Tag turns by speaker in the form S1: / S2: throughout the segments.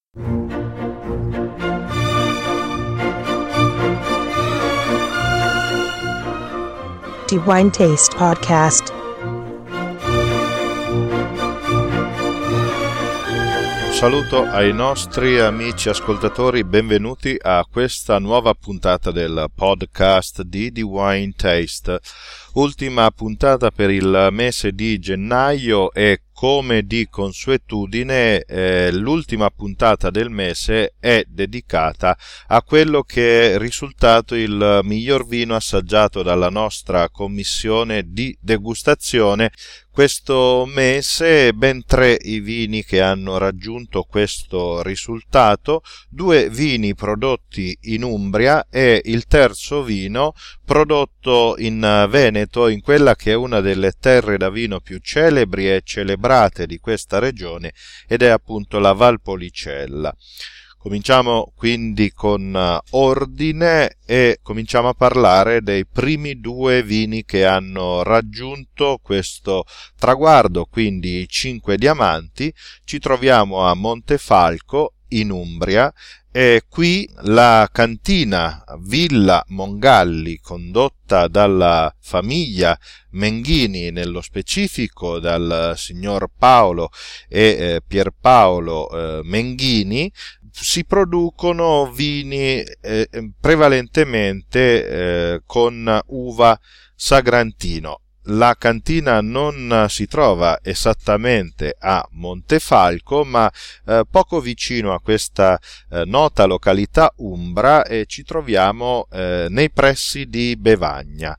S1: The Wine Taste Podcast.
S2: Un saluto ai nostri amici ascoltatori, benvenuti a questa nuova puntata del podcast di The Wine Taste. Ultima puntata per il mese di gennaio e come di consuetudine l'ultima puntata del mese è dedicata a quello che è risultato il miglior vino assaggiato dalla nostra commissione di degustazione. Questo mese ben 3 i vini che hanno raggiunto questo risultato, 2 vini prodotti in Umbria e il terzo vino prodotto in Veneto, in quella che è una delle terre da vino più celebri e celebrate di questa regione, ed è appunto la Valpolicella. Cominciamo quindi con ordine e cominciamo a parlare dei primi 2 vini che hanno raggiunto questo traguardo, quindi i 5 diamanti. Ci troviamo a Montefalco in Umbria e qui la cantina Villa Mongalli, condotta dalla famiglia Menghini, nello specifico dal signor Paolo e Pierpaolo Menghini, si producono vini prevalentemente con uva Sagrantino. La cantina non si trova esattamente a Montefalco, ma poco vicino a questa nota località umbra, e ci troviamo nei pressi di Bevagna.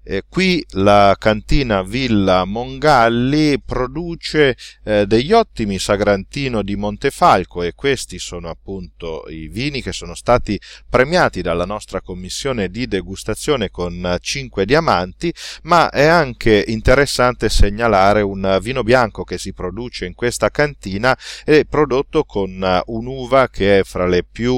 S2: Qui la cantina Villa Mongalli produce degli ottimi Sagrantino di Montefalco, e questi sono appunto i vini che sono stati premiati dalla nostra commissione di degustazione con 5 diamanti. Ma è anche interessante segnalare un vino bianco che si produce in questa cantina, è prodotto con un'uva che è fra le più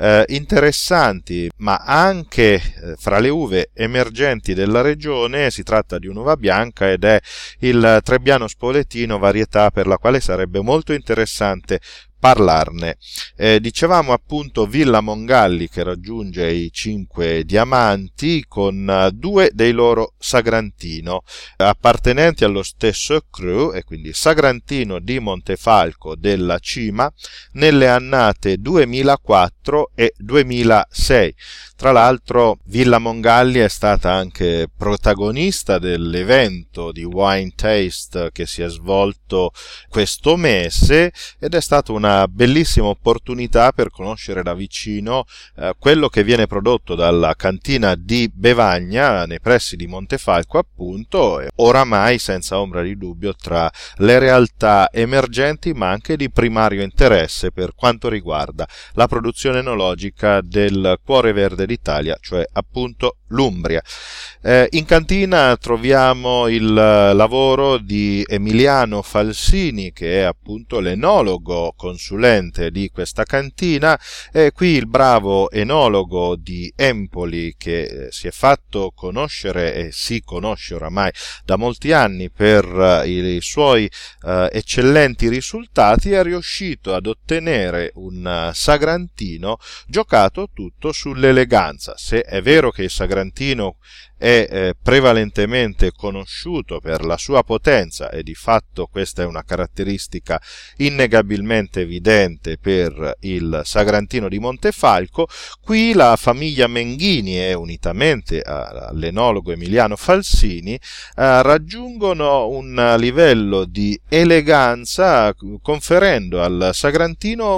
S2: interessanti, ma anche fra le uve emergenti della regione. Si tratta di un'uva bianca ed è il Trebbiano Spoletino, varietà per la quale sarebbe molto interessante parlarne. Dicevamo appunto Villa Mongalli che raggiunge i 5 diamanti con 2 dei loro Sagrantino appartenenti allo stesso cru, e quindi Sagrantino di Montefalco della Cima nelle annate 2004 e 2006. Tra l'altro Villa Mongalli è stata anche protagonista dell'evento di Wine Taste che si è svolto questo mese, ed è stata una bellissima opportunità per conoscere da vicino quello che viene prodotto dalla cantina di Bevagna nei pressi di Montefalco, appunto, e oramai senza ombra di dubbio tra le realtà emergenti ma anche di primario interesse per quanto riguarda la produzione enologica del cuore verde d'Italia, cioè appunto l'Umbria. In cantina troviamo il lavoro di Emiliano Falsini, che è appunto l'enologo consulente di questa cantina, e qui il bravo enologo di Empoli, che si è fatto conoscere e si conosce oramai da molti anni per i suoi eccellenti risultati, è riuscito ad ottenere un Sagrantino giocato tutto sull'eleganza. Se è vero che il Sagrantino è prevalentemente conosciuto per la sua potenza, e di fatto questa è una caratteristica innegabilmente evidente per il Sagrantino di Montefalco, qui la famiglia Menghini e unitamente all'enologo Emiliano Falsini raggiungono un livello di eleganza, conferendo al Sagrantino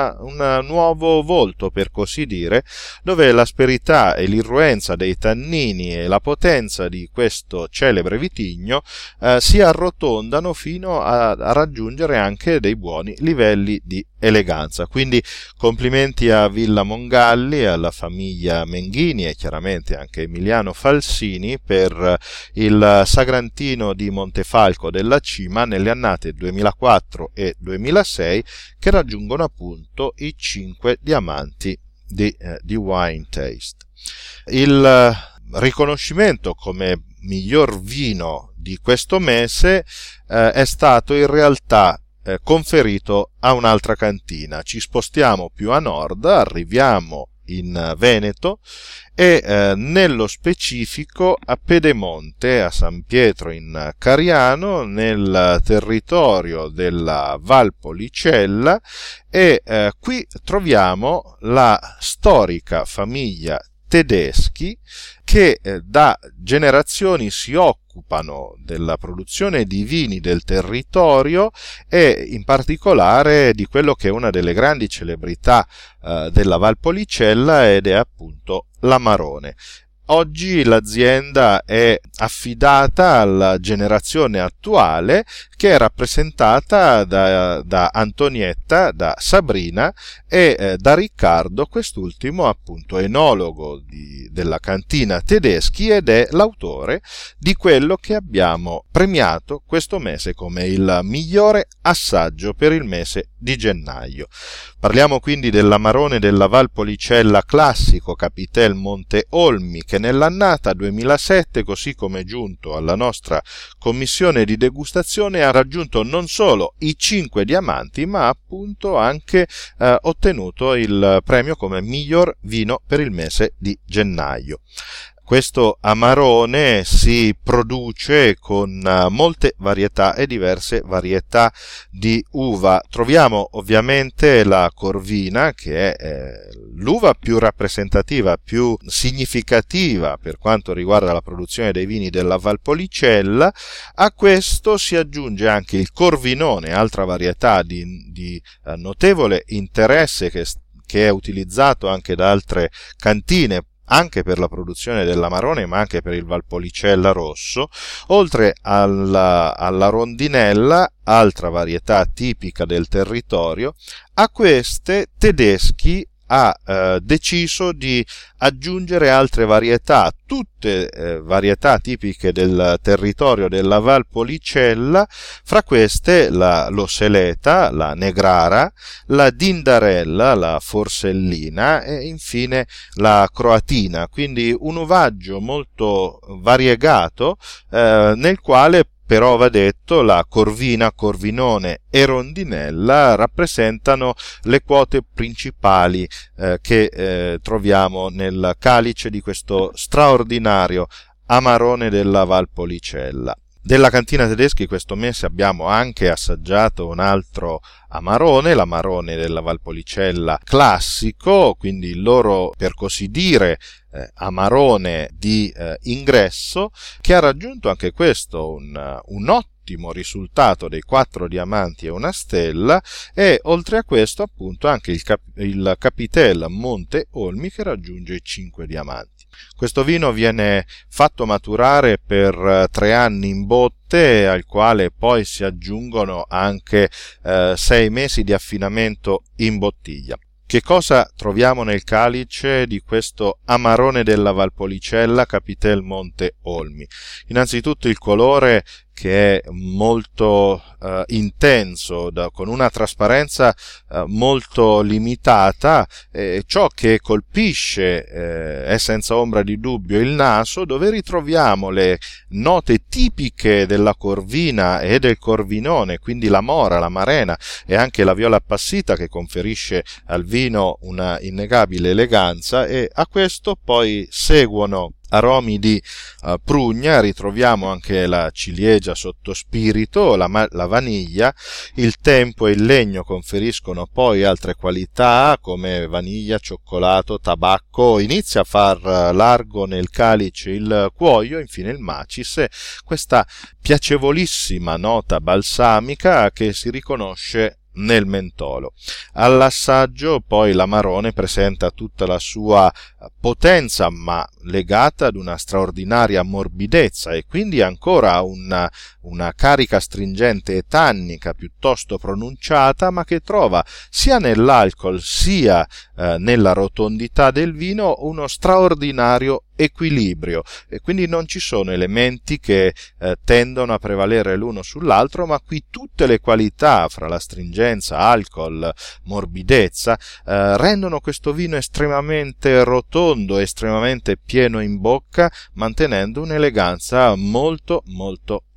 S2: un nuovo volto, per così dire, dove l'asperità e l'irruenza dei tannini e la potenza di questo celebre vitigno si arrotondano fino a raggiungere anche dei buoni livelli di eleganza. Quindi complimenti a Villa Mongalli e alla famiglia Menghini e chiaramente anche Emiliano Falsini per il Sagrantino di Montefalco della Cima nelle annate 2004 e 2006, che raggiungono appunto i 5 diamanti di Wine Taste. Il riconoscimento come miglior vino di questo mese è stato in realtà conferito a un'altra cantina. Ci spostiamo più a nord, arriviamo in Veneto e nello specifico a Pedemonte, a San Pietro in Cariano, nel territorio della Valpolicella, e qui troviamo la storica famiglia Tedeschi che da generazioni si occupano della produzione di vini del territorio e in particolare di quello che è una delle grandi celebrità della Valpolicella, ed è appunto l'Amarone. Oggi l'azienda è affidata alla generazione attuale, che è rappresentata da Antonietta, da Sabrina e da Riccardo, quest'ultimo appunto enologo della cantina Tedeschi, ed è l'autore di quello che abbiamo premiato questo mese come il migliore assaggio per il mese di gennaio. Parliamo quindi dell'Amarone della Valpolicella classico Capitel Monte Olmi, che nell'annata 2007, così come giunto alla nostra commissione di degustazione, ha raggiunto non solo i 5 diamanti, ma appunto anche ottenuto il premio come miglior vino per il mese di gennaio. Questo Amarone si produce con molte varietà e diverse varietà di uva. Troviamo ovviamente la Corvina, che è l'uva più rappresentativa, più significativa per quanto riguarda la produzione dei vini della Valpolicella. A questo si aggiunge anche il Corvinone, altra varietà di notevole interesse che è utilizzato anche da altre cantine, anche per la produzione dell'Amarone, ma anche per il Valpolicella rosso, oltre alla Rondinella, altra varietà tipica del territorio. A queste Tedeschi ha deciso di aggiungere altre varietà, tutte varietà tipiche del territorio della Valpolicella, fra queste l'Oseleta, la Negrara, la Dindarella, la Forsellina e infine la Croatina, quindi un uvaggio molto variegato nel quale però va detto la Corvina, Corvinone e Rondinella rappresentano le quote principali che troviamo nel calice di questo straordinario Amarone della Valpolicella. Della cantina Tedeschi questo mese abbiamo anche assaggiato un altro Amarone, l'Amarone della Valpolicella classico, quindi il loro, per così dire, Amarone di ingresso, che ha raggiunto anche questo un ottimo risultato dei 4 diamanti e una stella, e oltre a questo appunto anche il Capitel Monte Olmi, che raggiunge i 5 diamanti. Questo vino viene fatto maturare per 3 anni in botte, al quale poi si aggiungono anche 6 mesi di affinamento in bottiglia. Che cosa troviamo nel calice di questo Amarone della Valpolicella Capitel Monte Olmi? Innanzitutto il colore, che è molto intenso, con una trasparenza molto limitata. Ciò che colpisce è senza ombra di dubbio il naso, dove ritroviamo le note tipiche della Corvina e del Corvinone, quindi la mora, l'amarena e anche la viola appassita, che conferisce al vino una innegabile eleganza, e a questo poi seguono aromi di prugna, ritroviamo anche la ciliegia sotto spirito, la vaniglia, il tempo e il legno conferiscono poi altre qualità come vaniglia, cioccolato, tabacco, inizia a far largo nel calice il cuoio, infine il macis, e questa piacevolissima nota balsamica che si riconosce nel mentolo. All'assaggio poi l'Amarone presenta tutta la sua potenza, ma legata ad una straordinaria morbidezza, e quindi ancora una carica astringente e tannica piuttosto pronunciata, ma che trova sia nell'alcol sia nella rotondità del vino uno straordinario equilibrio, e quindi non ci sono elementi che tendono a prevalere l'uno sull'altro, ma qui tutte le qualità fra l'astringenza, alcol, morbidezza rendono questo vino estremamente rotondo, estremamente pieno in bocca, mantenendo un'eleganza molto molto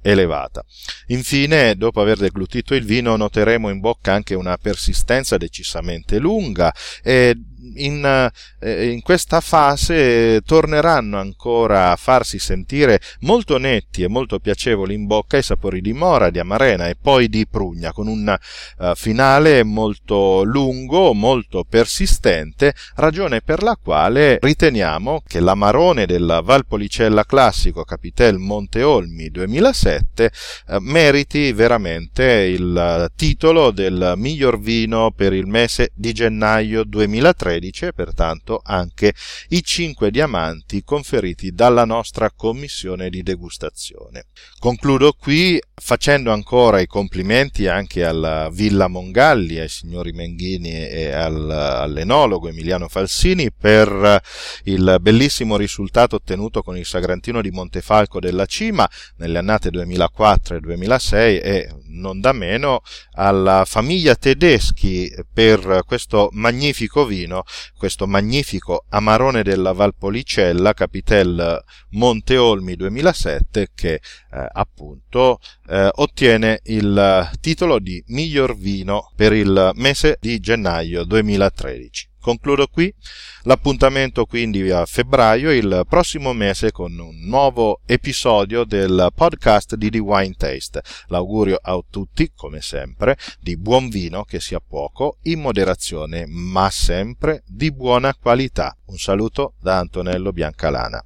S2: elevata. Infine, dopo aver deglutito il vino, noteremo in bocca anche una persistenza decisamente lunga e in questa fase torneranno ancora a farsi sentire molto netti e molto piacevoli in bocca i sapori di mora, di amarena e poi di prugna, con un finale molto lungo, molto persistente, ragione per la quale riteniamo che l'amarone della Valpolicella Classico Capitel Monte Olmi 2007 meriti veramente il titolo del miglior vino per il mese di gennaio 2013 e pertanto anche i 5 diamanti conferiti dalla nostra commissione di degustazione. Concludo qui facendo ancora i complimenti anche alla Villa Mongalli, ai signori Menghini e all'enologo Emiliano Falsini per il bellissimo risultato ottenuto con il Sagrantino di Montefalco della Cima nelle annate 2004 e 2006 e non da meno alla famiglia Tedeschi per questo magnifico vino, questo magnifico amarone della Valpolicella Capitel Monte Olmi 2007 che appunto ottiene il titolo di miglior vino per il mese di gennaio 2013. Concludo qui, l'appuntamento quindi a febbraio, il prossimo mese, con un nuovo episodio del podcast di The Wine Taste. L'augurio a tutti, come sempre, di buon vino, che sia poco, in moderazione, ma sempre di buona qualità. Un saluto da Antonello Biancalana.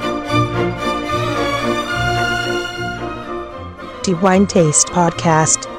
S1: The Wine Taste Podcast.